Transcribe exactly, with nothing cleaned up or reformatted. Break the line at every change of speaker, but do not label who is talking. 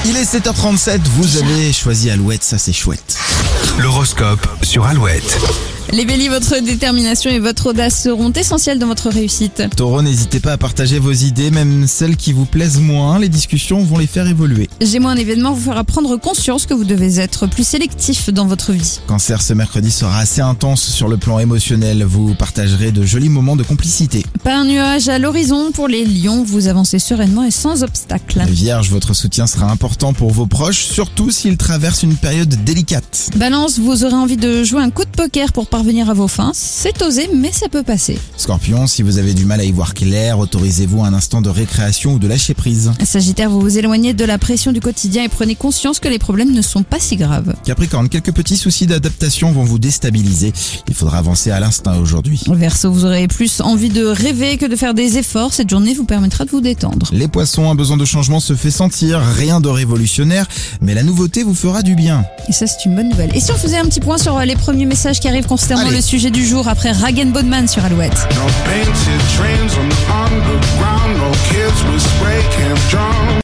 Il est sept heures trente-sept, vous avez choisi Alouette, ça c'est chouette.
L'horoscope sur Alouette.
Les béliers, votre détermination et votre audace seront essentielles dans votre réussite.
Taureau, n'hésitez pas à partager vos idées, même celles qui vous plaisent moins, les discussions vont les faire évoluer.
Gémeaux, un événement vous fera prendre conscience que vous devez être plus sélectif dans votre vie.
Cancer, ce mercredi sera assez intense sur le plan émotionnel, vous partagerez de jolis moments de complicité.
Pas un nuage à l'horizon pour les lions, vous avancez sereinement et sans obstacle.
Vierge, votre soutien sera important pour vos proches, surtout s'ils traversent une période délicate.
Balance, vous aurez envie de jouer un coup de poker pour parvenir à vos fins. C'est osé, mais ça peut passer.
Scorpion, si vous avez du mal à y voir clair, autorisez-vous un instant de récréation ou de lâcher prise.
Sagittaire, vous vous éloignez de la pression du quotidien et prenez conscience que les problèmes ne sont pas si graves.
Capricorne, quelques petits soucis d'adaptation vont vous déstabiliser. Il faudra avancer à l'instinct aujourd'hui.
Verseau, vous aurez plus envie de rêver que de faire des efforts. Cette journée vous permettra de vous détendre.
Les poissons, un besoin de changement se fait sentir, rien de révolutionnaire, mais la nouveauté vous fera du bien.
Et ça, c'est une bonne nouvelle. Et si on faisait un petit point sur les premiers messages qui arrivent concernant
Allez.
le sujet du jour après Rag and Bone Man sur Alouette.
No painted trains on